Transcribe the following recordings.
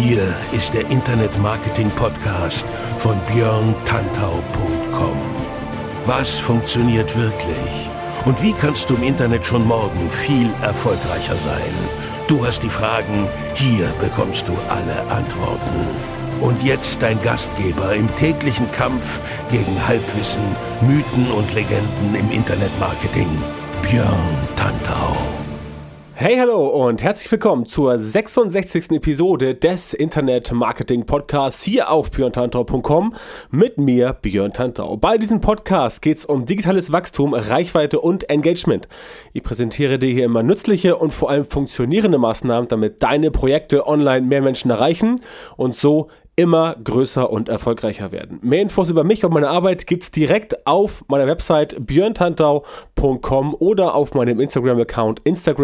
Hier ist der Internet-Marketing-Podcast von björntantau.com. Was funktioniert wirklich? Und wie kannst du im Internet schon morgen viel erfolgreicher sein? Du hast die Fragen, hier bekommst du alle Antworten. Und jetzt dein Gastgeber im täglichen Kampf gegen Halbwissen, Mythen und Legenden im Internetmarketing, Björn Tantau. Hey, hallo und herzlich willkommen zur 66. Episode des Internet-Marketing-Podcasts hier auf björntantau.com mit mir, Björn Tantau. Bei diesem Podcast geht es um digitales Wachstum, Reichweite und Engagement. Ich präsentiere dir hier immer nützliche und vor allem funktionierende Maßnahmen, damit deine Projekte online mehr Menschen erreichen und so immer größer und erfolgreicher werden. Mehr Infos über mich und meine Arbeit gibt's direkt auf meiner Website björntantau.com oder auf meinem Instagram-Account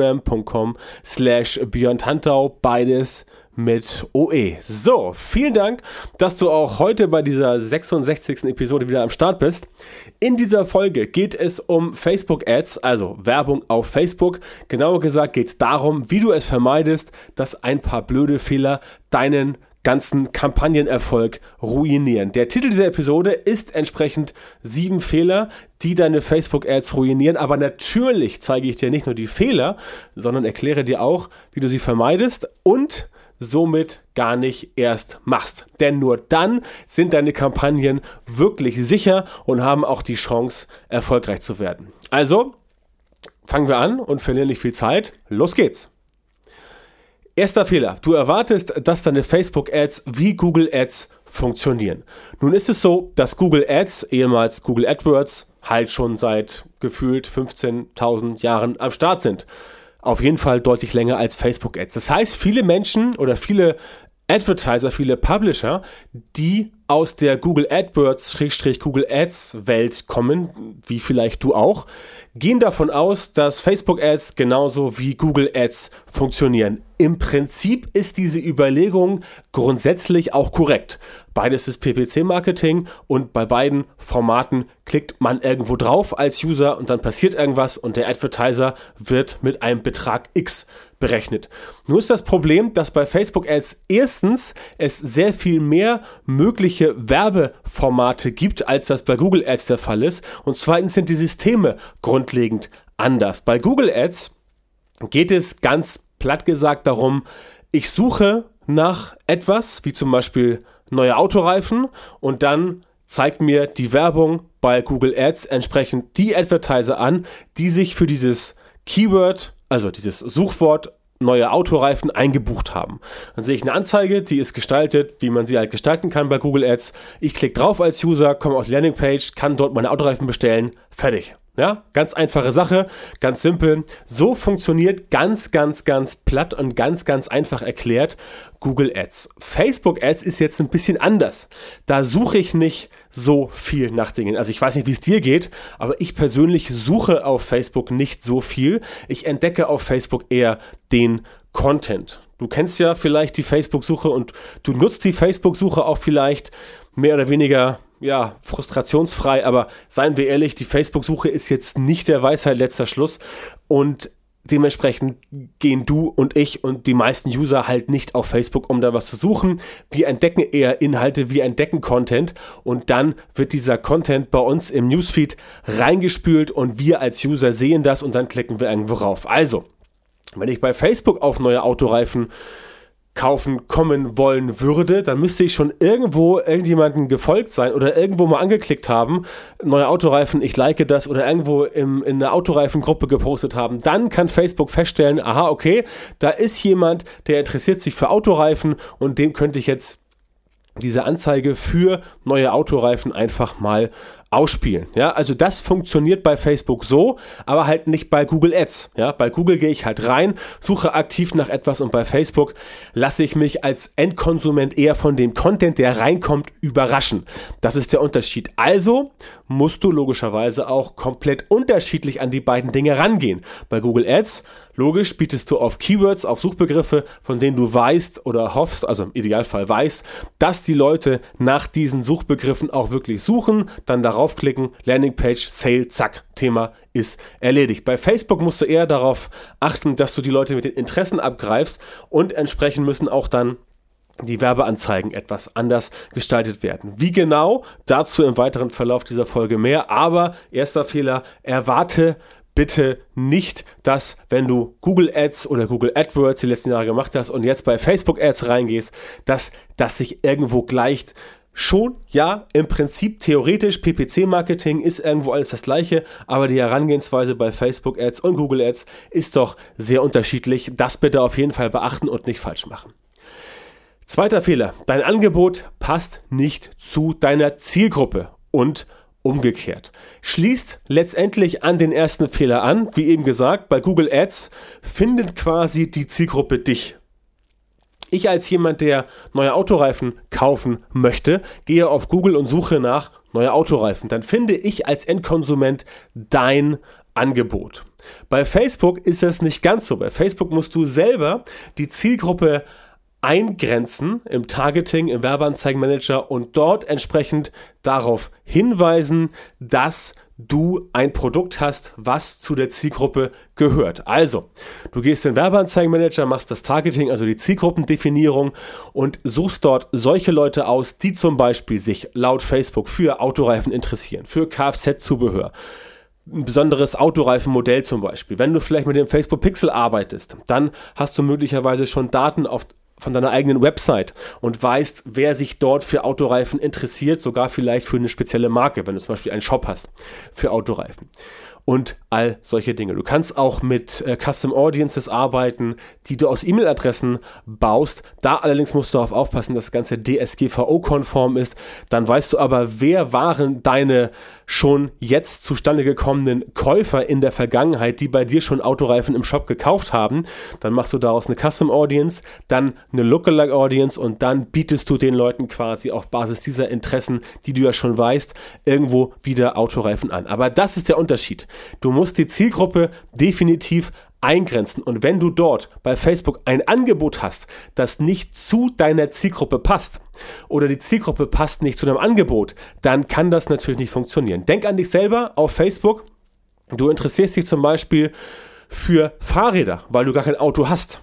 instagram.com/björntantau, beides mit OE. So, vielen Dank, dass du auch heute bei dieser 66. Episode wieder am Start bist. In dieser Folge geht es um Facebook-Ads, also Werbung auf Facebook. Genauer gesagt geht es darum, wie du es vermeidest, dass ein paar blöde Fehler deinen ganzen Kampagnenerfolg ruinieren. Der Titel dieser Episode ist entsprechend 7 Fehler, die deine Facebook-Ads ruinieren. Aber natürlich zeige ich dir nicht nur die Fehler, sondern erkläre dir auch, wie du sie vermeidest und somit gar nicht erst machst. Denn nur dann sind deine Kampagnen wirklich sicher und haben auch die Chance, erfolgreich zu werden. Also, fangen wir an und verlieren nicht viel Zeit. Los geht's! Erster Fehler. Du erwartest, dass deine Facebook-Ads wie Google Ads funktionieren. Nun ist es so, dass Google Ads, ehemals Google AdWords, halt schon seit gefühlt 15.000 Jahren am Start sind. Auf jeden Fall deutlich länger als Facebook-Ads. Das heißt, viele Menschen oder viele Advertiser, viele Publisher, die aus der Google AdWords/Google Ads Welt kommen, wie vielleicht du auch, gehen davon aus, dass Facebook Ads genauso wie Google Ads funktionieren. Im Prinzip ist diese Überlegung grundsätzlich auch korrekt. Beides ist PPC-Marketing und bei beiden Formaten klickt man irgendwo drauf als User und dann passiert irgendwas und der Advertiser wird mit einem Betrag X berechnet. Nur ist das Problem, dass bei Facebook Ads erstens es sehr viel mehr mögliche Werbeformate gibt, als das bei Google Ads der Fall ist, und zweitens sind die Systeme grundlegend anders. Bei Google Ads geht es ganz platt gesagt darum, ich suche nach etwas, wie zum Beispiel neue Autoreifen, und dann zeigt mir die Werbung bei Google Ads entsprechend die Advertiser an, die sich für dieses Keyword, also dieses Suchwort neue Autoreifen eingebucht haben. Dann sehe ich eine Anzeige, die ist gestaltet, wie man sie halt gestalten kann bei Google Ads. Ich klicke drauf als User, komme auf die Landingpage, kann dort meine Autoreifen bestellen, fertig. Ja, ganz einfache Sache, ganz simpel. So funktioniert ganz platt und ganz einfach erklärt Google Ads. Facebook Ads ist jetzt ein bisschen anders. Da suche ich nicht so viel nach Dingen. Also ich weiß nicht, wie es dir geht, aber ich persönlich suche auf Facebook nicht so viel. Ich entdecke auf Facebook eher den Content. Du kennst ja vielleicht die Facebook-Suche und du nutzt die Facebook-Suche auch vielleicht mehr oder weniger frustrationsfrei, aber seien wir ehrlich, die Facebook-Suche ist jetzt nicht der Weisheit letzter Schluss und dementsprechend gehen du und ich und die meisten User halt nicht auf Facebook, um da was zu suchen. Wir entdecken eher Inhalte, wir entdecken Content und dann wird dieser Content bei uns im Newsfeed reingespült und wir als User sehen das und dann klicken wir irgendwo rauf. Also, wenn ich bei Facebook auf neue Autoreifen kaufen kommen wollen würde, dann müsste ich schon irgendjemanden gefolgt sein oder irgendwo mal angeklickt haben, neue Autoreifen, ich like das, oder irgendwo in einer Autoreifengruppe gepostet haben. Dann kann Facebook feststellen, aha, okay, da ist jemand, der interessiert sich für Autoreifen und dem könnte ich jetzt diese Anzeige für neue Autoreifen einfach mal ausspielen. Ja, also das funktioniert bei Facebook so, aber halt nicht bei Google Ads. Ja, bei Google gehe ich halt rein, suche aktiv nach etwas und bei Facebook lasse ich mich als Endkonsument eher von dem Content, der reinkommt, überraschen. Das ist der Unterschied. Also musst du logischerweise auch komplett unterschiedlich an die beiden Dinge rangehen. Bei Google Ads, logisch, bietest du auf Keywords, auf Suchbegriffe, von denen du weißt oder hoffst, also im Idealfall weißt, dass die Leute nach diesen Suchbegriffen auch wirklich suchen, dann darauf klicken, Landingpage, Sale, zack, Thema ist erledigt. Bei Facebook musst du eher darauf achten, dass du die Leute mit den Interessen abgreifst und entsprechend müssen auch dann die Werbeanzeigen etwas anders gestaltet werden. Wie genau? Dazu im weiteren Verlauf dieser Folge mehr. Aber erster Fehler, erwarte bitte nicht, dass, wenn du Google Ads oder Google AdWords die letzten Jahre gemacht hast und jetzt bei Facebook Ads reingehst, dass das sich irgendwo gleicht. Schon, ja, im Prinzip theoretisch, PPC-Marketing ist irgendwo alles das Gleiche, aber die Herangehensweise bei Facebook Ads und Google Ads ist doch sehr unterschiedlich. Das bitte auf jeden Fall beachten und nicht falsch machen. Zweiter Fehler, dein Angebot passt nicht zu deiner Zielgruppe und umgekehrt. Schließt letztendlich an den ersten Fehler an, wie eben gesagt, bei Google Ads findet quasi die Zielgruppe dich. Ich als jemand, der neue Autoreifen kaufen möchte, gehe auf Google und suche nach neue Autoreifen. Dann finde ich als Endkonsument dein Angebot. Bei Facebook ist das nicht ganz so. Bei Facebook musst du selber die Zielgruppe eingrenzen im Targeting, im Werbeanzeigenmanager und dort entsprechend darauf hinweisen, dass du ein Produkt hast, was zu der Zielgruppe gehört. Also, du gehst in den Werbeanzeigenmanager, machst das Targeting, also die Zielgruppendefinierung und suchst dort solche Leute aus, die zum Beispiel sich laut Facebook für Autoreifen interessieren, für Kfz-Zubehör, ein besonderes Autoreifenmodell zum Beispiel. Wenn du vielleicht mit dem Facebook Pixel arbeitest, dann hast du möglicherweise schon Daten von deiner eigenen Website und weißt, wer sich dort für Autoreifen interessiert, sogar vielleicht für eine spezielle Marke, wenn du zum Beispiel einen Shop hast für Autoreifen und all solche Dinge. Du kannst auch mit Custom Audiences arbeiten, die du aus E-Mail-Adressen baust. Da allerdings musst du darauf aufpassen, dass das Ganze DSGVO-konform ist. Dann weißt du aber, wer waren deine schon jetzt zustande gekommenen Käufer in der Vergangenheit, die bei dir schon Autoreifen im Shop gekauft haben. Dann machst du daraus eine Custom Audience, dann eine Lookalike Audience und dann bietest du den Leuten quasi auf Basis dieser Interessen, die du ja schon weißt, irgendwo wieder Autoreifen an. Aber das ist der Unterschied. Du musst die Zielgruppe definitiv eingrenzen. Und wenn du dort bei Facebook ein Angebot hast, das nicht zu deiner Zielgruppe passt oder die Zielgruppe passt nicht zu deinem Angebot, dann kann das natürlich nicht funktionieren. Denk an dich selber auf Facebook. Du interessierst dich zum Beispiel für Fahrräder, weil du gar kein Auto hast.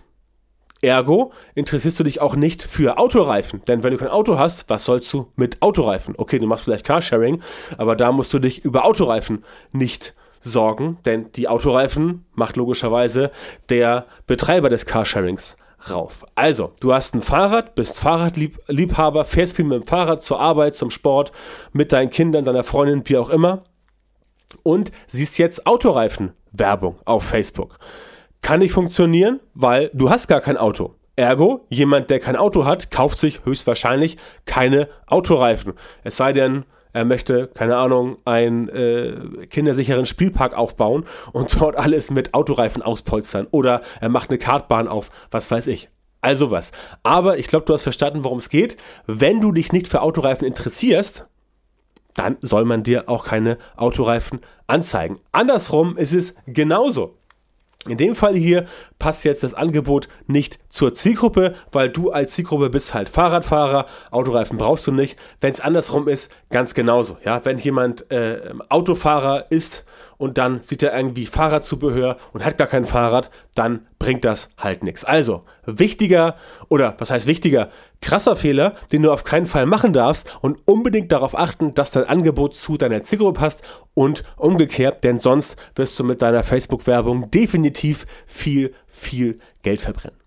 Ergo interessierst du dich auch nicht für Autoreifen, denn wenn du kein Auto hast, was sollst du mit Autoreifen? Okay, du machst vielleicht Carsharing, aber da musst du dich über Autoreifen nicht sorgen, denn die Autoreifen macht logischerweise der Betreiber des Carsharings rauf. Also, du hast ein Fahrrad, bist Fahrradliebhaber, fährst viel mit dem Fahrrad zur Arbeit, zum Sport, mit deinen Kindern, deiner Freundin, wie auch immer und siehst jetzt Autoreifenwerbung auf Facebook. Kann nicht funktionieren, weil du hast gar kein Auto. Ergo, jemand, der kein Auto hat, kauft sich höchstwahrscheinlich keine Autoreifen. Es sei denn, er möchte, keine Ahnung, einen kindersicheren Spielpark aufbauen und dort alles mit Autoreifen auspolstern. Oder er macht eine Kartbahn auf, was weiß ich. Also was. Aber ich glaube, du hast verstanden, worum es geht. Wenn du dich nicht für Autoreifen interessierst, dann soll man dir auch keine Autoreifen anzeigen. Andersrum ist es genauso. In dem Fall hier passt jetzt das Angebot nicht zur Zielgruppe, weil du als Zielgruppe bist halt Fahrradfahrer, Autoreifen brauchst du nicht. Wenn es andersrum ist, ganz genauso. Ja, wenn jemand Autofahrer ist und dann sieht er irgendwie Fahrradzubehör und hat gar kein Fahrrad, dann bringt das halt nichts. Also wichtiger, oder was heißt wichtiger, krasser Fehler, den du auf keinen Fall machen darfst und unbedingt darauf achten, dass dein Angebot zu deiner Zielgruppe passt und umgekehrt, denn sonst wirst du mit deiner Facebook-Werbung definitiv viel Geld verbrennen.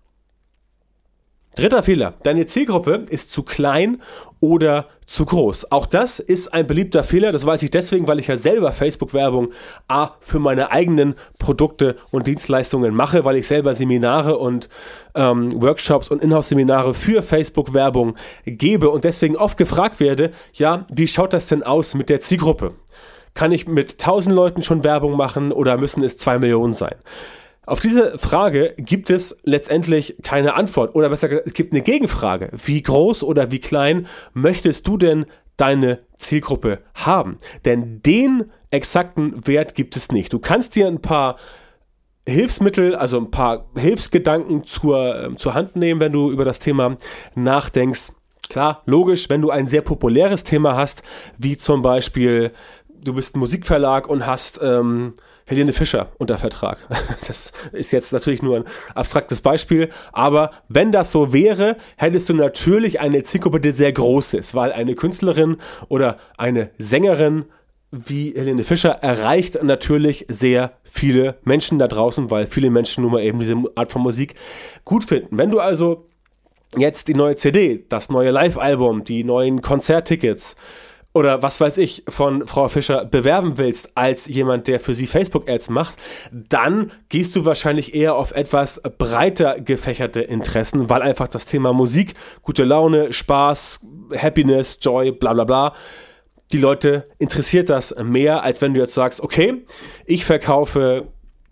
Dritter Fehler, deine Zielgruppe ist zu klein oder zu groß. Auch das ist ein beliebter Fehler, das weiß ich deswegen, weil ich ja selber Facebook-Werbung für meine eigenen Produkte und Dienstleistungen mache, weil ich selber Seminare und Workshops und Inhouse-Seminare für Facebook-Werbung gebe und deswegen oft gefragt werde, ja, wie schaut das denn aus mit der Zielgruppe? Kann ich mit 1000 Leuten schon Werbung machen oder müssen es 2 Millionen sein? Auf diese Frage gibt es letztendlich keine Antwort oder besser gesagt, es gibt eine Gegenfrage. Wie groß oder wie klein möchtest du denn deine Zielgruppe haben? Denn den exakten Wert gibt es nicht. Du kannst dir ein paar Hilfsmittel, also ein paar Hilfsgedanken zur Hand nehmen, wenn du über das Thema nachdenkst. Klar, logisch, wenn du ein sehr populäres Thema hast, wie zum Beispiel, du bist ein Musikverlag und hast Helene Fischer unter Vertrag. Das ist jetzt natürlich nur ein abstraktes Beispiel, aber wenn das so wäre, hättest du natürlich eine Zielgruppe, die sehr groß ist, weil eine Künstlerin oder eine Sängerin wie Helene Fischer erreicht natürlich sehr viele Menschen da draußen, weil viele Menschen nun mal eben diese Art von Musik gut finden. Wenn du also jetzt die neue CD, das neue Live-Album, die neuen Konzerttickets oder was weiß ich von Frau Fischer bewerben willst als jemand, der für sie Facebook-Ads macht, dann gehst du wahrscheinlich eher auf etwas breiter gefächerte Interessen, weil einfach das Thema Musik, gute Laune, Spaß, Happiness, Joy, bla bla bla, die Leute interessiert das mehr, als wenn du jetzt sagst, okay, ich verkaufe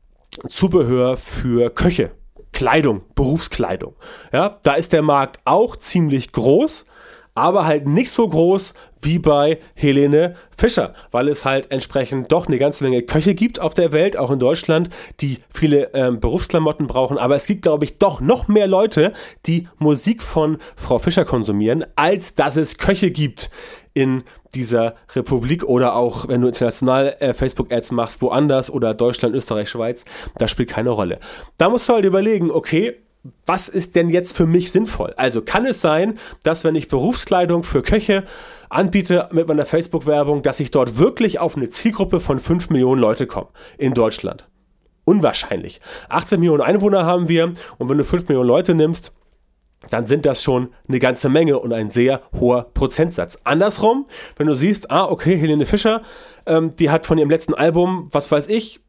Zubehör für Köche, Kleidung, Berufskleidung. Ja, da ist der Markt auch ziemlich groß, aber halt nicht so groß wie bei Helene Fischer, weil es halt entsprechend doch eine ganze Menge Köche gibt auf der Welt, auch in Deutschland, die viele Berufsklamotten brauchen. Aber es gibt, glaube ich, doch noch mehr Leute, die Musik von Frau Fischer konsumieren, als dass es Köche gibt in dieser Republik oder auch, wenn du international Facebook-Ads machst, woanders oder Deutschland, Österreich, Schweiz, das spielt keine Rolle. Da musst du halt überlegen, okay, was ist denn jetzt für mich sinnvoll? Also kann es sein, dass wenn ich Berufskleidung für Köche anbiete mit meiner Facebook-Werbung, dass ich dort wirklich auf eine Zielgruppe von 5 Millionen Leute komme in Deutschland? Unwahrscheinlich. 18 Millionen Einwohner haben wir und wenn du 5 Millionen Leute nimmst, dann sind das schon eine ganze Menge und ein sehr hoher Prozentsatz. Andersrum, wenn du siehst, okay, Helene Fischer, die hat von ihrem letzten Album, was weiß ich,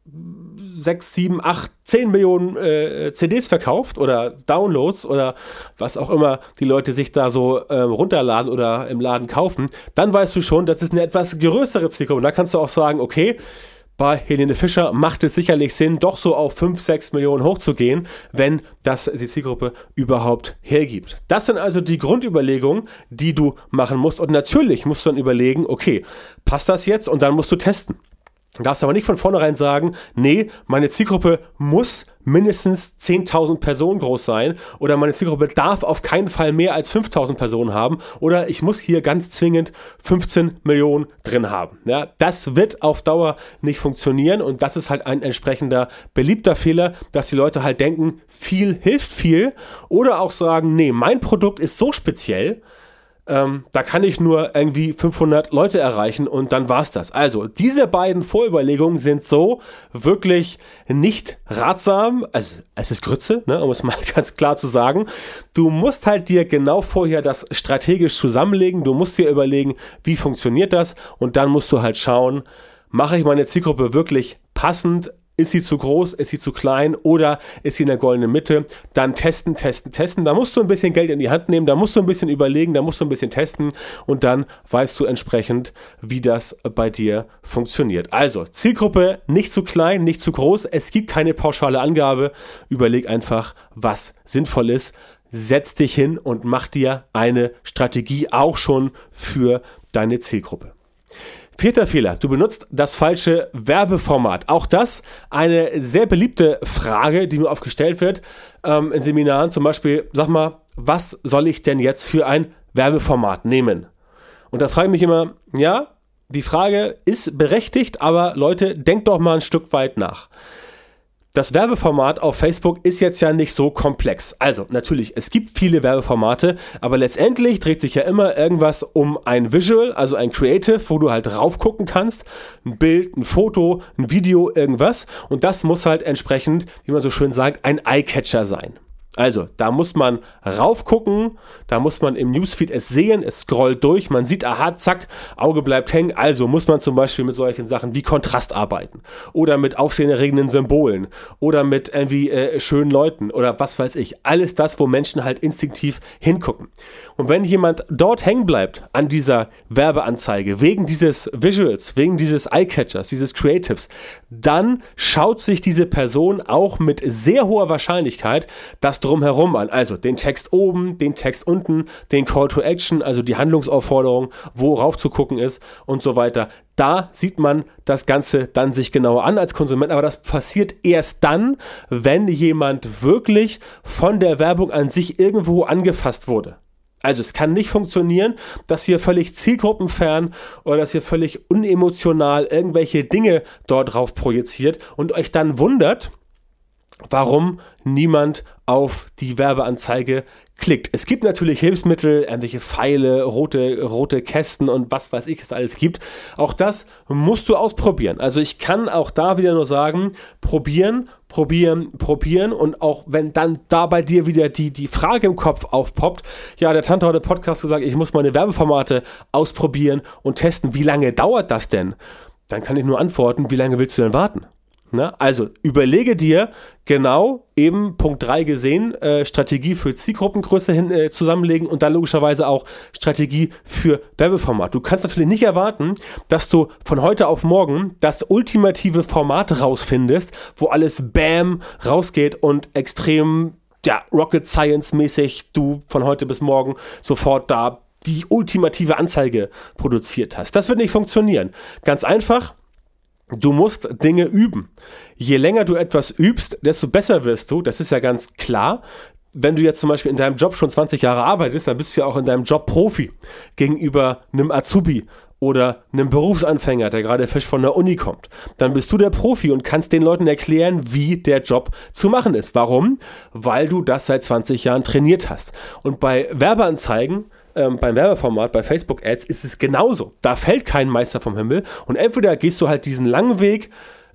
6, 7, 8, 10 Millionen CDs verkauft oder Downloads oder was auch immer die Leute sich da so runterladen oder im Laden kaufen, dann weißt du schon, das ist eine etwas größere Zielgruppe. Und da kannst du auch sagen, okay, bei Helene Fischer macht es sicherlich Sinn, doch so auf 5, 6 Millionen hochzugehen, wenn das die Zielgruppe überhaupt hergibt. Das sind also die Grundüberlegungen, die du machen musst. Und natürlich musst du dann überlegen, okay, passt das jetzt? Und dann musst du testen. Du darfst aber nicht von vornherein sagen, nee, meine Zielgruppe muss mindestens 10.000 Personen groß sein oder meine Zielgruppe darf auf keinen Fall mehr als 5.000 Personen haben oder ich muss hier ganz zwingend 15 Millionen drin haben. Ja, das wird auf Dauer nicht funktionieren und das ist halt ein entsprechender beliebter Fehler, dass die Leute halt denken, viel hilft viel oder auch sagen, nee, mein Produkt ist so speziell, da kann ich nur irgendwie 500 Leute erreichen und dann war's das. Also, diese beiden Vorüberlegungen sind so wirklich nicht ratsam. Also, es ist Grütze, ne, um es mal ganz klar zu sagen. Du musst halt dir genau vorher das strategisch zusammenlegen. Du musst dir überlegen, wie funktioniert das und dann musst du halt schauen, mache ich meine Zielgruppe wirklich passend? Ist sie zu groß, ist sie zu klein oder ist sie in der goldenen Mitte? Dann testen. Da musst du ein bisschen Geld in die Hand nehmen, da musst du ein bisschen überlegen, da musst du ein bisschen testen und dann weißt du entsprechend, wie das bei dir funktioniert. Also, Zielgruppe nicht zu klein, nicht zu groß. Es gibt keine pauschale Angabe. Überleg einfach, was sinnvoll ist. Setz dich hin und mach dir eine Strategie auch schon für deine Zielgruppe. 4. Fehler, du benutzt das falsche Werbeformat. Auch das eine sehr beliebte Frage, die mir oft gestellt wird in Seminaren. Zum Beispiel, sag mal, was soll ich denn jetzt für ein Werbeformat nehmen? Und da frage ich mich immer, ja, die Frage ist berechtigt, aber Leute, denkt doch mal ein Stück weit nach. Das Werbeformat auf Facebook ist jetzt ja nicht so komplex. Also natürlich, es gibt viele Werbeformate, aber letztendlich dreht sich ja immer irgendwas um ein Visual, also ein Creative, wo du halt rauf gucken kannst. Ein Bild, ein Foto, ein Video, irgendwas. Und das muss halt entsprechend, wie man so schön sagt, ein Eyecatcher sein. Also, da muss man raufgucken, da muss man im Newsfeed es sehen, es scrollt durch, man sieht, aha, zack, Auge bleibt hängen, also muss man zum Beispiel mit solchen Sachen wie Kontrast arbeiten oder mit aufsehenerregenden Symbolen oder mit irgendwie schönen Leuten oder was weiß ich. Alles das, wo Menschen halt instinktiv hingucken. Und wenn jemand dort hängen bleibt an dieser Werbeanzeige, wegen dieses Visuals, wegen dieses Eyecatchers, dieses Creatives, dann schaut sich diese Person auch mit sehr hoher Wahrscheinlichkeit das drumherum an, also den Text oben, den Text unten, den Call to Action, also die Handlungsaufforderung, worauf zu gucken ist und so weiter. Da sieht man das Ganze dann sich genauer an als Konsument, aber das passiert erst dann, wenn jemand wirklich von der Werbung an sich irgendwo angefasst wurde. Also es kann nicht funktionieren, dass ihr völlig zielgruppenfern oder dass ihr völlig unemotional irgendwelche Dinge dort drauf projiziert und euch dann wundert, warum niemand auf die Werbeanzeige klickt. Es gibt natürlich Hilfsmittel, irgendwelche Pfeile, rote Kästen und was weiß ich, es alles gibt. Auch das musst du ausprobieren. Also ich kann auch da wieder nur sagen, probieren und auch wenn dann da bei dir wieder die Frage im Kopf aufpoppt, ja, der Tantau hat im Podcast gesagt, ich muss meine Werbeformate ausprobieren und testen. Wie lange dauert das denn? Dann kann ich nur antworten, wie lange willst du denn warten? Na, also überlege dir genau, eben Punkt 3 gesehen, Strategie für Zielgruppengröße zusammenlegen und dann logischerweise auch Strategie für Werbeformat. Du kannst natürlich nicht erwarten, dass du von heute auf morgen das ultimative Format rausfindest, wo alles BAM rausgeht und extrem Rocket Science mäßig du von heute bis morgen sofort da die ultimative Anzeige produziert hast. Das wird nicht funktionieren. Ganz einfach. Du musst Dinge üben. Je länger du etwas übst, desto besser wirst du. Das ist ja ganz klar. Wenn du jetzt zum Beispiel in deinem Job schon 20 Jahre arbeitest, dann bist du ja auch in deinem Job Profi gegenüber einem Azubi oder einem Berufsanfänger, der gerade frisch von der Uni kommt. Dann bist du der Profi und kannst den Leuten erklären, wie der Job zu machen ist. Warum? Weil du das seit 20 Jahren trainiert hast. Und bei Werbeanzeigen, beim Werbeformat, bei Facebook Ads ist es genauso. Da fällt kein Meister vom Himmel und entweder gehst du halt diesen langen Weg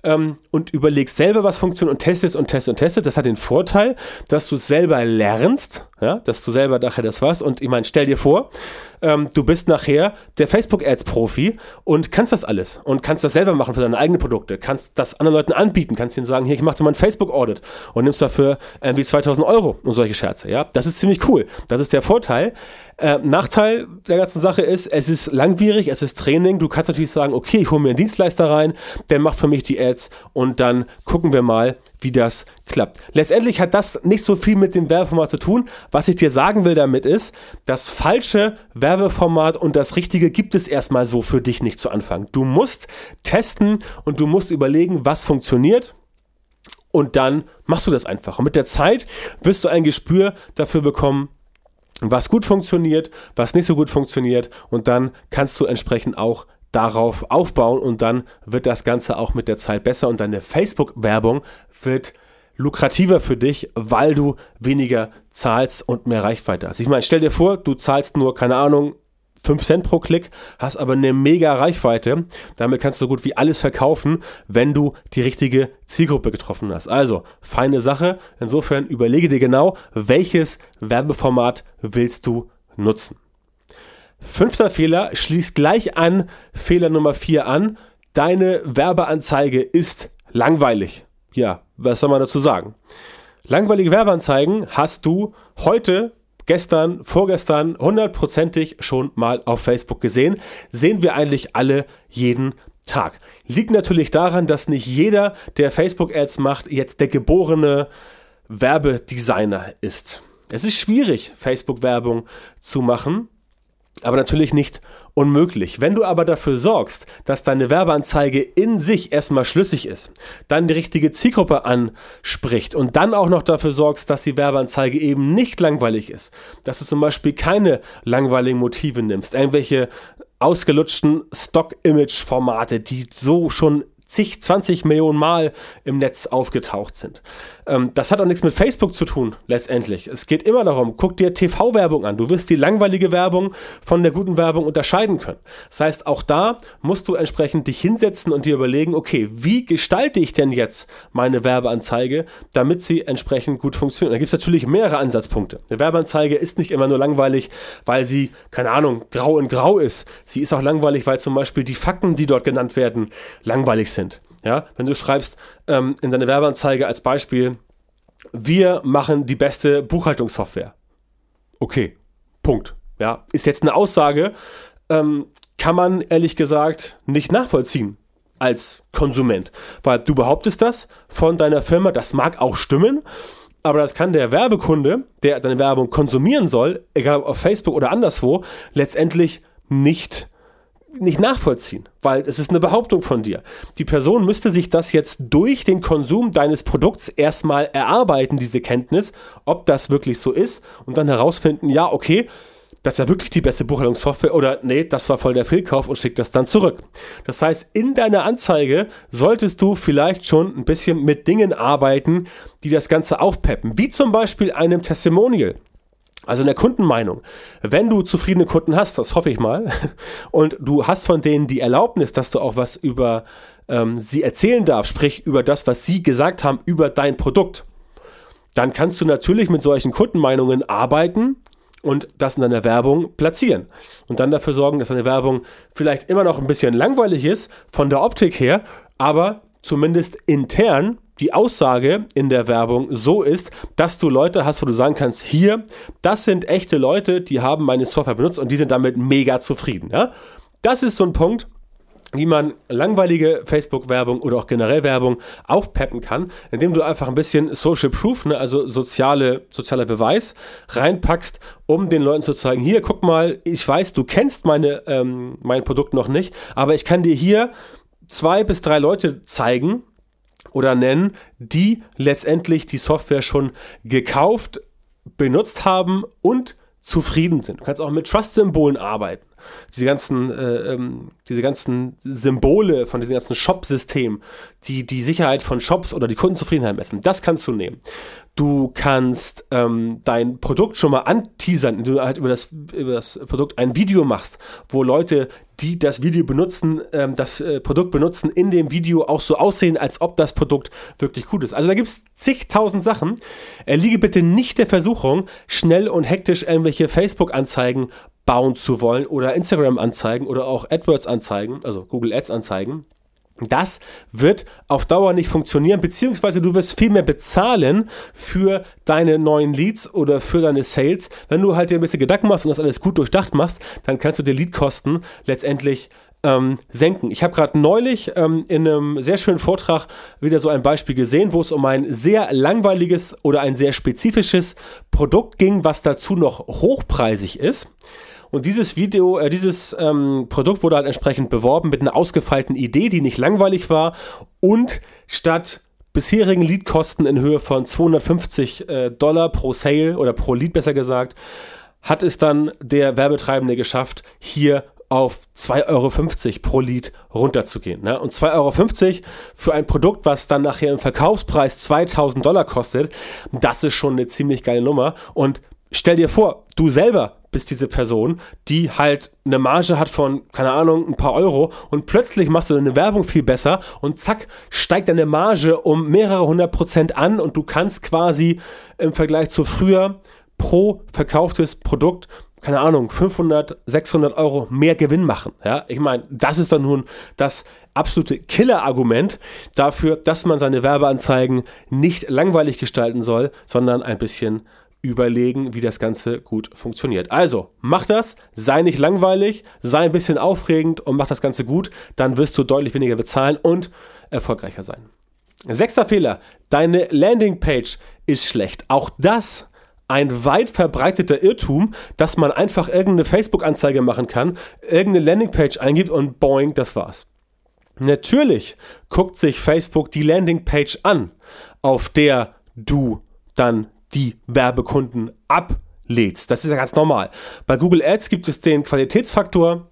und überlegst selber, was funktioniert und testest. Das hat den Vorteil, dass du es selber lernst, ja, dass du selber nachher das warst. Und ich meine, stell dir vor, du bist nachher der Facebook-Ads-Profi und kannst das alles und kannst das selber machen für deine eigenen Produkte, kannst das anderen Leuten anbieten, kannst ihnen sagen, hier, ich mache dir mal ein Facebook-Audit und nimmst dafür irgendwie 2.000 Euro und solche Scherze. Ja, das ist ziemlich cool. Das ist der Vorteil. Nachteil der ganzen Sache ist, es ist langwierig, es ist Training. Du kannst natürlich sagen, okay, ich hole mir einen Dienstleister rein, der macht für mich die Ads und dann gucken wir mal, wie das klappt. Letztendlich hat das nicht so viel mit dem Werbeformat zu tun. Was ich dir sagen will damit ist, das falsche Werbeformat und das richtige gibt es erstmal so für dich nicht zu Anfang. Du musst testen und du musst überlegen, was funktioniert und dann machst du das einfach. Und mit der Zeit wirst du ein Gespür dafür bekommen, was gut funktioniert, was nicht so gut funktioniert und dann kannst du entsprechend auch darauf aufbauen und dann wird das Ganze auch mit der Zeit besser und deine Facebook-Werbung wird lukrativer für dich, weil du weniger zahlst und mehr Reichweite hast. Ich meine, stell dir vor, du zahlst nur, 5 Cent pro Klick, hast aber eine mega Reichweite. Damit kannst du so gut wie alles verkaufen, wenn du die richtige Zielgruppe getroffen hast. Also, feine Sache. Insofern überlege dir genau, welches Werbeformat willst du nutzen. 5. Fehler, schließ gleich an Fehler Nummer 4 an. Deine Werbeanzeige ist langweilig. Ja, was soll man dazu sagen? Langweilige Werbeanzeigen hast du heute, gestern, vorgestern 100%ig schon mal auf Facebook gesehen. Sehen wir eigentlich alle jeden Tag. Liegt natürlich daran, dass nicht jeder, der Facebook-Ads macht, jetzt der geborene Werbedesigner ist. Es ist schwierig, Facebook-Werbung zu machen, aber natürlich nicht unmöglich. Wenn du aber dafür sorgst, dass deine Werbeanzeige in sich erstmal schlüssig ist, dann die richtige Zielgruppe anspricht und dann auch noch dafür sorgst, dass die Werbeanzeige eben nicht langweilig ist, dass du zum Beispiel keine langweiligen Motive nimmst, irgendwelche ausgelutschten Stock-Image-Formate, die so schon 20 Millionen Mal im Netz aufgetaucht sind. Das hat auch nichts mit Facebook zu tun, letztendlich. Es geht immer darum, guck dir TV-Werbung an. Du wirst die langweilige Werbung von der guten Werbung unterscheiden können. Das heißt, auch da musst du entsprechend dich hinsetzen und dir überlegen, okay, wie gestalte ich denn jetzt meine Werbeanzeige, damit sie entsprechend gut funktioniert. Da gibt es natürlich mehrere Ansatzpunkte. Eine Werbeanzeige ist nicht immer nur langweilig, weil sie, grau in grau ist. Sie ist auch langweilig, weil zum Beispiel die Fakten, die dort genannt werden, langweilig sind. Ja, wenn du schreibst in deine Werbeanzeige als Beispiel, wir machen die beste Buchhaltungssoftware. Okay, Punkt. Ja, ist jetzt eine Aussage, kann man ehrlich gesagt nicht nachvollziehen als Konsument, weil du behauptest das von deiner Firma, das mag auch stimmen, aber das kann der Werbekunde, der deine Werbung konsumieren soll, egal ob auf Facebook oder anderswo, letztendlich nicht nachvollziehen, weil es ist eine Behauptung von dir. Die Person müsste sich das jetzt durch den Konsum deines Produkts erstmal erarbeiten, diese Kenntnis, ob das wirklich so ist und dann herausfinden, ja, okay, das ist ja wirklich die beste Buchhaltungssoftware oder nee, das war voll der Fehlkauf und schickt das dann zurück. Das heißt, in deiner Anzeige solltest du vielleicht schon ein bisschen mit Dingen arbeiten, die das Ganze aufpeppen, wie zum Beispiel einem Testimonial. Also in der Kundenmeinung. Wenn du zufriedene Kunden hast, das hoffe ich mal, und du hast von denen die Erlaubnis, dass du auch was über sie erzählen darfst, sprich über das, was sie gesagt haben über dein Produkt, dann kannst du natürlich mit solchen Kundenmeinungen arbeiten und das in deiner Werbung platzieren. Und dann dafür sorgen, dass deine Werbung vielleicht immer noch ein bisschen langweilig ist, von der Optik her, aber zumindest intern die Aussage in der Werbung so ist, dass du Leute hast, wo du sagen kannst, hier, das sind echte Leute, die haben meine Software benutzt und die sind damit mega zufrieden. Ja? Das ist so ein Punkt, wie man langweilige Facebook-Werbung oder auch generell Werbung aufpeppen kann, indem du einfach ein bisschen Social Proof, also sozialer Beweis, reinpackst, um den Leuten zu zeigen, hier, guck mal, ich weiß, du kennst mein Produkt noch nicht, aber ich kann dir hier 2 bis 3 Leute zeigen oder nennen, die letztendlich die Software schon gekauft, benutzt haben und zufrieden sind. Du kannst auch mit Trust-Symbolen arbeiten. Diese ganzen Symbole von diesem ganzen Shop-System, die Sicherheit von Shops oder die Kundenzufriedenheit messen, das kannst du nehmen. Du kannst dein Produkt schon mal anteasern, indem du halt über das Produkt ein Video machst, wo Leute, die das Video benutzen, das Produkt benutzen, in dem Video auch so aussehen, als ob das Produkt wirklich gut ist. Also da gibt es zigtausend Sachen. Erliege bitte nicht der Versuchung, schnell und hektisch irgendwelche Facebook-Anzeigen bauen zu wollen oder Instagram-Anzeigen oder auch AdWords-Anzeigen, also Google Ads-Anzeigen. Das wird auf Dauer nicht funktionieren, beziehungsweise du wirst viel mehr bezahlen für deine neuen Leads oder für deine Sales. Wenn du halt dir ein bisschen Gedanken machst und das alles gut durchdacht machst, dann kannst du dir Leadkosten letztendlich senken. Ich habe gerade neulich in einem sehr schönen Vortrag wieder so ein Beispiel gesehen, wo es um ein sehr langweiliges oder ein sehr spezifisches Produkt ging, was dazu noch hochpreisig ist. Und dieses Produkt wurde halt entsprechend beworben mit einer ausgefeilten Idee, die nicht langweilig war und statt bisherigen Leadkosten in Höhe von $250 pro Sale oder pro Lead besser gesagt, hat es dann der Werbetreibende geschafft, hier auf 2,50 Euro pro Lead runterzugehen. Ne? Und 2,50 Euro für ein Produkt, was dann nachher im Verkaufspreis $2.000 kostet, das ist schon eine ziemlich geile Nummer. Und stell dir vor, du selber bist diese Person, die halt eine Marge hat von, keine Ahnung, ein paar Euro und plötzlich machst du deine Werbung viel besser und zack, steigt deine Marge um mehrere 100% an und du kannst quasi im Vergleich zu früher pro verkauftes Produkt, keine Ahnung, 500, 600 Euro mehr Gewinn machen. Ja? Ich meine, das ist dann nun das absolute Killer-Argument dafür, dass man seine Werbeanzeigen nicht langweilig gestalten soll, sondern ein bisschen überlegen, wie das Ganze gut funktioniert. Also, mach das, sei nicht langweilig, sei ein bisschen aufregend und mach das Ganze gut, dann wirst du deutlich weniger bezahlen und erfolgreicher sein. 6. Fehler, deine Landingpage ist schlecht. Auch das ein weit verbreiteter Irrtum, dass man einfach irgendeine Facebook-Anzeige machen kann, irgendeine Landingpage eingibt und boing, das war's. Natürlich guckt sich Facebook die Landingpage an, auf der du dann die Werbekunden ablädst. Das ist ja ganz normal. Bei Google Ads gibt es den Qualitätsfaktor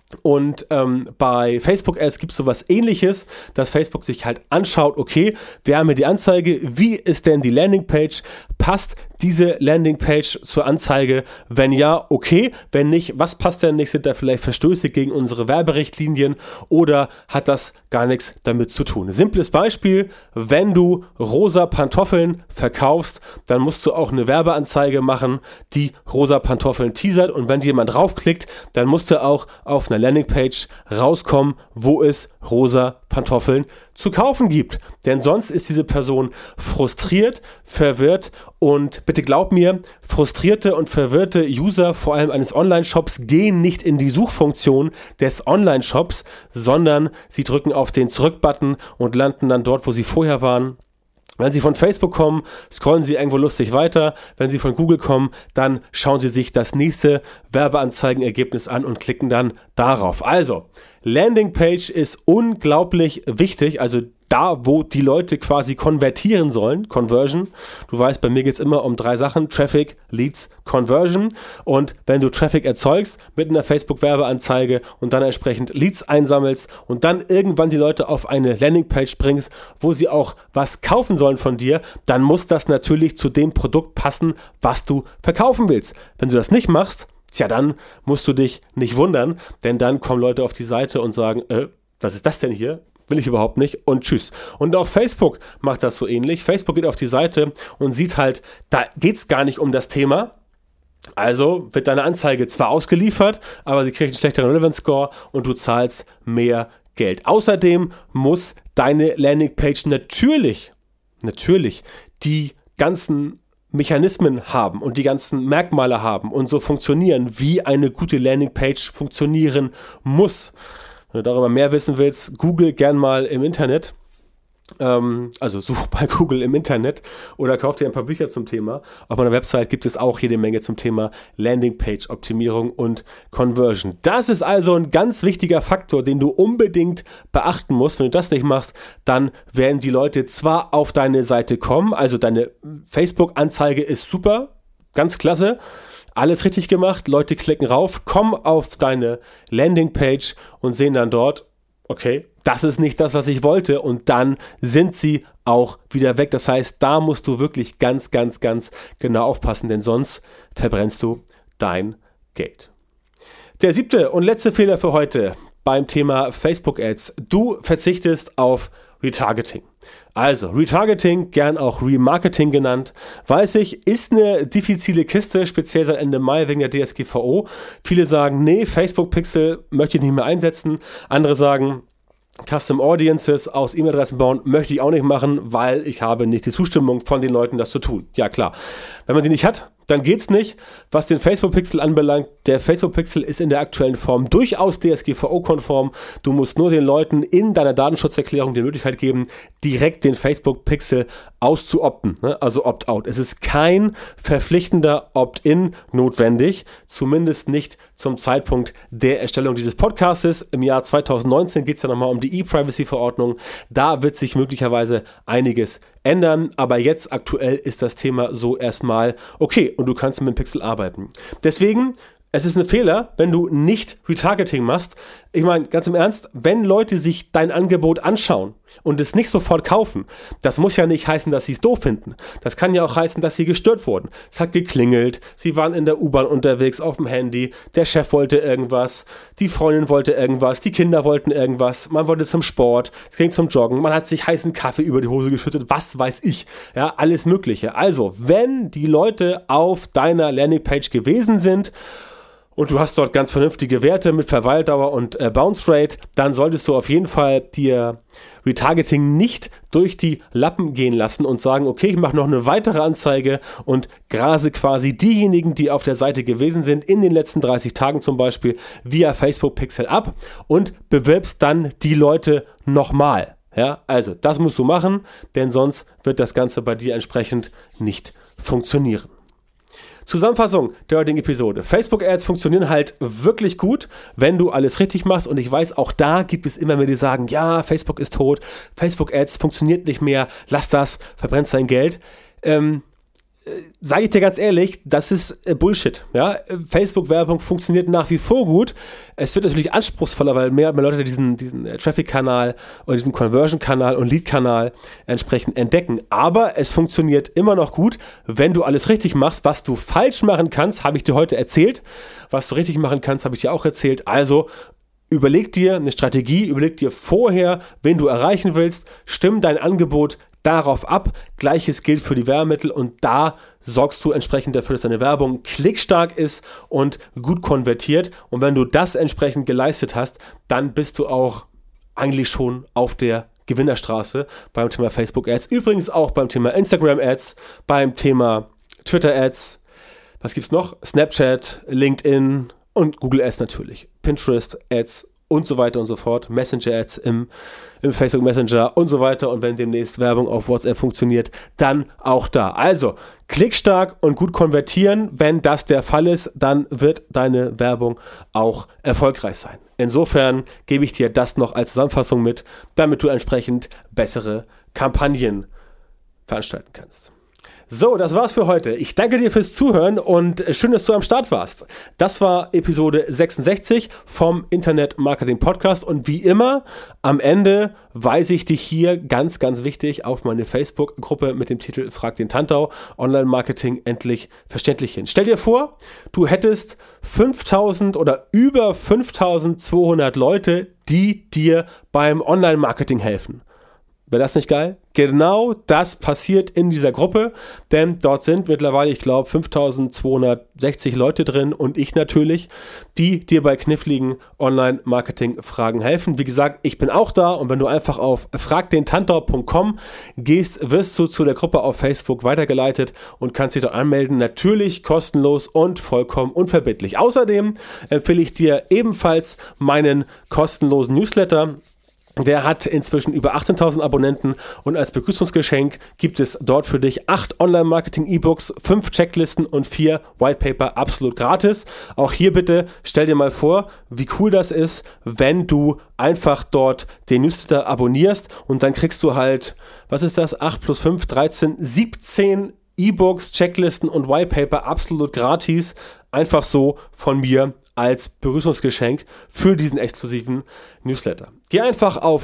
und bei Facebook Ads gibt es sowas Ähnliches, dass Facebook sich halt anschaut, okay, wir haben hier die Anzeige, wie ist denn die Landingpage? Passt diese Landingpage zur Anzeige? Wenn ja, okay. Wenn nicht, was passt denn nicht? Sind da vielleicht Verstöße gegen unsere Werberichtlinien oder hat das gar nichts damit zu tun? Simples Beispiel, wenn du rosa Pantoffeln verkaufst, dann musst du auch eine Werbeanzeige machen, die rosa Pantoffeln teasert und wenn jemand draufklickt, dann musst du auch auf einer Landingpage rauskommen, wo es rosa Pantoffeln zu kaufen gibt. Denn sonst ist diese Person frustriert, verwirrt und bitte glaub mir, frustrierte und verwirrte User, vor allem eines Online-Shops, gehen nicht in die Suchfunktion des Online-Shops, sondern sie drücken auf den Zurück-Button und landen dann dort, wo sie vorher waren. Wenn Sie von Facebook kommen, scrollen Sie irgendwo lustig weiter. Wenn Sie von Google kommen, dann schauen Sie sich das nächste Werbeanzeigenergebnis an und klicken dann darauf. Also, Landingpage ist unglaublich wichtig. Also da, wo die Leute quasi konvertieren sollen, Conversion. Du weißt, bei mir geht es immer um 3 Sachen, Traffic, Leads, Conversion. Und wenn du Traffic erzeugst mit einer Facebook-Werbeanzeige und dann entsprechend Leads einsammelst und dann irgendwann die Leute auf eine Landingpage bringst, wo sie auch was kaufen sollen von dir, dann muss das natürlich zu dem Produkt passen, was du verkaufen willst. Wenn du das nicht machst, dann musst du dich nicht wundern, denn dann kommen Leute auf die Seite und sagen, was ist das denn hier? Will ich überhaupt nicht und tschüss. Und auch Facebook macht das so ähnlich. Facebook geht auf die Seite und sieht halt, da geht es gar nicht um das Thema. Also wird deine Anzeige zwar ausgeliefert, aber sie kriegt einen schlechteren Relevance Score und du zahlst mehr Geld. Außerdem muss deine Landingpage natürlich die ganzen Mechanismen haben und die ganzen Merkmale haben und so funktionieren, wie eine gute Landingpage funktionieren muss. Wenn du darüber mehr wissen willst, google gern mal im Internet. Also such bei Google im Internet oder kauf dir ein paar Bücher zum Thema. Auf meiner Website gibt es auch jede Menge zum Thema Landingpage-Optimierung und Conversion. Das ist also ein ganz wichtiger Faktor, den du unbedingt beachten musst. Wenn du das nicht machst, dann werden die Leute zwar auf deine Seite kommen, also deine Facebook-Anzeige ist super, ganz klasse, alles richtig gemacht, Leute klicken rauf, kommen auf deine Landingpage und sehen dann dort, okay, das ist nicht das, was ich wollte und dann sind sie auch wieder weg. Das heißt, da musst du wirklich ganz, ganz, ganz genau aufpassen, denn sonst verbrennst du dein Geld. Der 7. und letzte Fehler für heute beim Thema Facebook Ads. Du verzichtest auf Retargeting. Also Retargeting, gern auch Remarketing genannt, weiß ich, ist eine diffizile Kiste, speziell seit Ende Mai wegen der DSGVO. Viele sagen, nee, Facebook Pixel möchte ich nicht mehr einsetzen. Andere sagen, Custom Audiences aus E-Mail-Adressen bauen möchte ich auch nicht machen, weil ich habe nicht die Zustimmung von den Leuten, das zu tun. Ja, klar. Wenn man die nicht hat, dann geht's nicht. Was den Facebook-Pixel anbelangt, der Facebook-Pixel ist in der aktuellen Form durchaus DSGVO-konform. Du musst nur den Leuten in deiner Datenschutzerklärung die Möglichkeit geben, direkt den Facebook-Pixel auszuopten, ne? Also Opt-out. Es ist kein verpflichtender Opt-in notwendig, zumindest nicht zum Zeitpunkt der Erstellung dieses Podcastes. Im Jahr 2019 geht es ja nochmal um die E-Privacy-Verordnung. Da wird sich möglicherweise einiges ändern, aber jetzt aktuell ist das Thema so erstmal okay und du kannst mit dem Pixel arbeiten. Deswegen, es ist ein Fehler, wenn du nicht Retargeting machst. Ich meine, ganz im Ernst, wenn Leute sich dein Angebot anschauen und es nicht sofort kaufen, das muss ja nicht heißen, dass sie es doof finden. Das kann ja auch heißen, dass sie gestört wurden. Es hat geklingelt, sie waren in der U-Bahn unterwegs auf dem Handy, der Chef wollte irgendwas, die Freundin wollte irgendwas, die Kinder wollten irgendwas, man wollte zum Sport, es ging zum Joggen, man hat sich heißen Kaffee über die Hose geschüttet, was weiß ich. Ja, alles Mögliche. Also, wenn die Leute auf deiner Landingpage gewesen sind, und du hast dort ganz vernünftige Werte mit Verweildauer und Bounce Rate, dann solltest du auf jeden Fall dir Retargeting nicht durch die Lappen gehen lassen und sagen, okay, ich mache noch eine weitere Anzeige und grase quasi diejenigen, die auf der Seite gewesen sind, in den letzten 30 Tagen zum Beispiel, via Facebook Pixel ab und bewirbst dann die Leute nochmal. Ja, also das musst du machen, denn sonst wird das Ganze bei dir entsprechend nicht funktionieren. Zusammenfassung der heutigen Episode. Facebook-Ads funktionieren halt wirklich gut, wenn du alles richtig machst. Und ich weiß, auch da gibt es immer mehr, die sagen, ja, Facebook ist tot, Facebook-Ads funktioniert nicht mehr, lass das, verbrennst dein Geld. Sage ich dir ganz ehrlich, das ist Bullshit. Ja? Facebook-Werbung funktioniert nach wie vor gut. Es wird natürlich anspruchsvoller, weil mehr Leute diesen Traffic-Kanal oder diesen Conversion-Kanal und Lead-Kanal entsprechend entdecken. Aber es funktioniert immer noch gut, wenn du alles richtig machst. Was du falsch machen kannst, habe ich dir heute erzählt. Was du richtig machen kannst, habe ich dir auch erzählt. Also überleg dir eine Strategie, überleg dir vorher, wen du erreichen willst, stimm dein Angebot darauf ab. Gleiches gilt für die Werbemittel und da sorgst du entsprechend dafür, dass deine Werbung klickstark ist und gut konvertiert. Und wenn du das entsprechend geleistet hast, dann bist du auch eigentlich schon auf der Gewinnerstraße beim Thema Facebook Ads. Übrigens auch beim Thema Instagram Ads, beim Thema Twitter Ads. Was gibt's noch? Snapchat, LinkedIn und Google Ads natürlich. Pinterest Ads und so weiter und so fort. Messenger-Ads im Facebook Messenger und so weiter. Und wenn demnächst Werbung auf WhatsApp funktioniert, dann auch da. Also klickstark und gut konvertieren. Wenn das der Fall ist, dann wird deine Werbung auch erfolgreich sein. Insofern gebe ich dir das noch als Zusammenfassung mit, damit du entsprechend bessere Kampagnen veranstalten kannst. So, das war's für heute. Ich danke dir fürs Zuhören und schön, dass du am Start warst. Das war Episode 66 vom Internet Marketing Podcast und wie immer, am Ende weise ich dich hier ganz, ganz wichtig auf meine Facebook-Gruppe mit dem Titel Frag den Tantau, Online-Marketing endlich verständlich hin. Stell dir vor, du hättest 5000 oder über 5200 Leute, die dir beim Online-Marketing helfen. Wäre das nicht geil? Genau das passiert in dieser Gruppe, denn dort sind mittlerweile, ich glaube, 5260 Leute drin und ich natürlich, die dir bei kniffligen Online-Marketing-Fragen helfen. Wie gesagt, ich bin auch da und wenn du einfach auf fragdentantau.com gehst, wirst du zu der Gruppe auf Facebook weitergeleitet und kannst dich dort anmelden. Natürlich kostenlos und vollkommen unverbindlich. Außerdem empfehle ich dir ebenfalls meinen kostenlosen Newsletter. Der hat inzwischen über 18.000 Abonnenten und als Begrüßungsgeschenk gibt es dort für dich 8 Online-Marketing-E-Books, 5 Checklisten und 4 Whitepaper absolut gratis. Auch hier bitte stell dir mal vor, wie cool das ist, wenn du einfach dort den Newsletter abonnierst und dann kriegst du halt, was ist das, 8 plus 5, 13, 17 E-Books, Checklisten und Whitepaper absolut gratis, einfach so von mir als Begrüßungsgeschenk für diesen exklusiven Newsletter. Geh einfach auf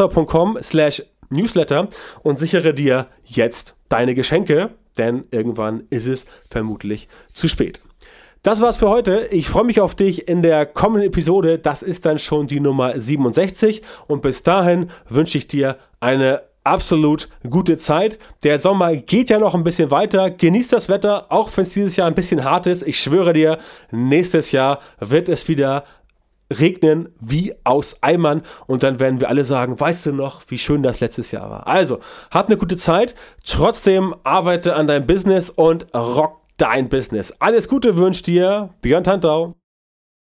björntantau.com/Newsletter und sichere dir jetzt deine Geschenke, denn irgendwann ist es vermutlich zu spät. Das war's für heute. Ich freue mich auf dich in der kommenden Episode. Das ist dann schon die Nummer 67 und bis dahin wünsche ich dir eine absolut gute Zeit. Der Sommer geht ja noch ein bisschen weiter. Genieß das Wetter, auch wenn es dieses Jahr ein bisschen hart ist. Ich schwöre dir, nächstes Jahr wird es wieder regnen wie aus Eimern und dann werden wir alle sagen, weißt du noch, wie schön das letztes Jahr war. Also, hab eine gute Zeit. Trotzdem arbeite an deinem Business und rock dein Business. Alles Gute wünscht dir Björn Tantau.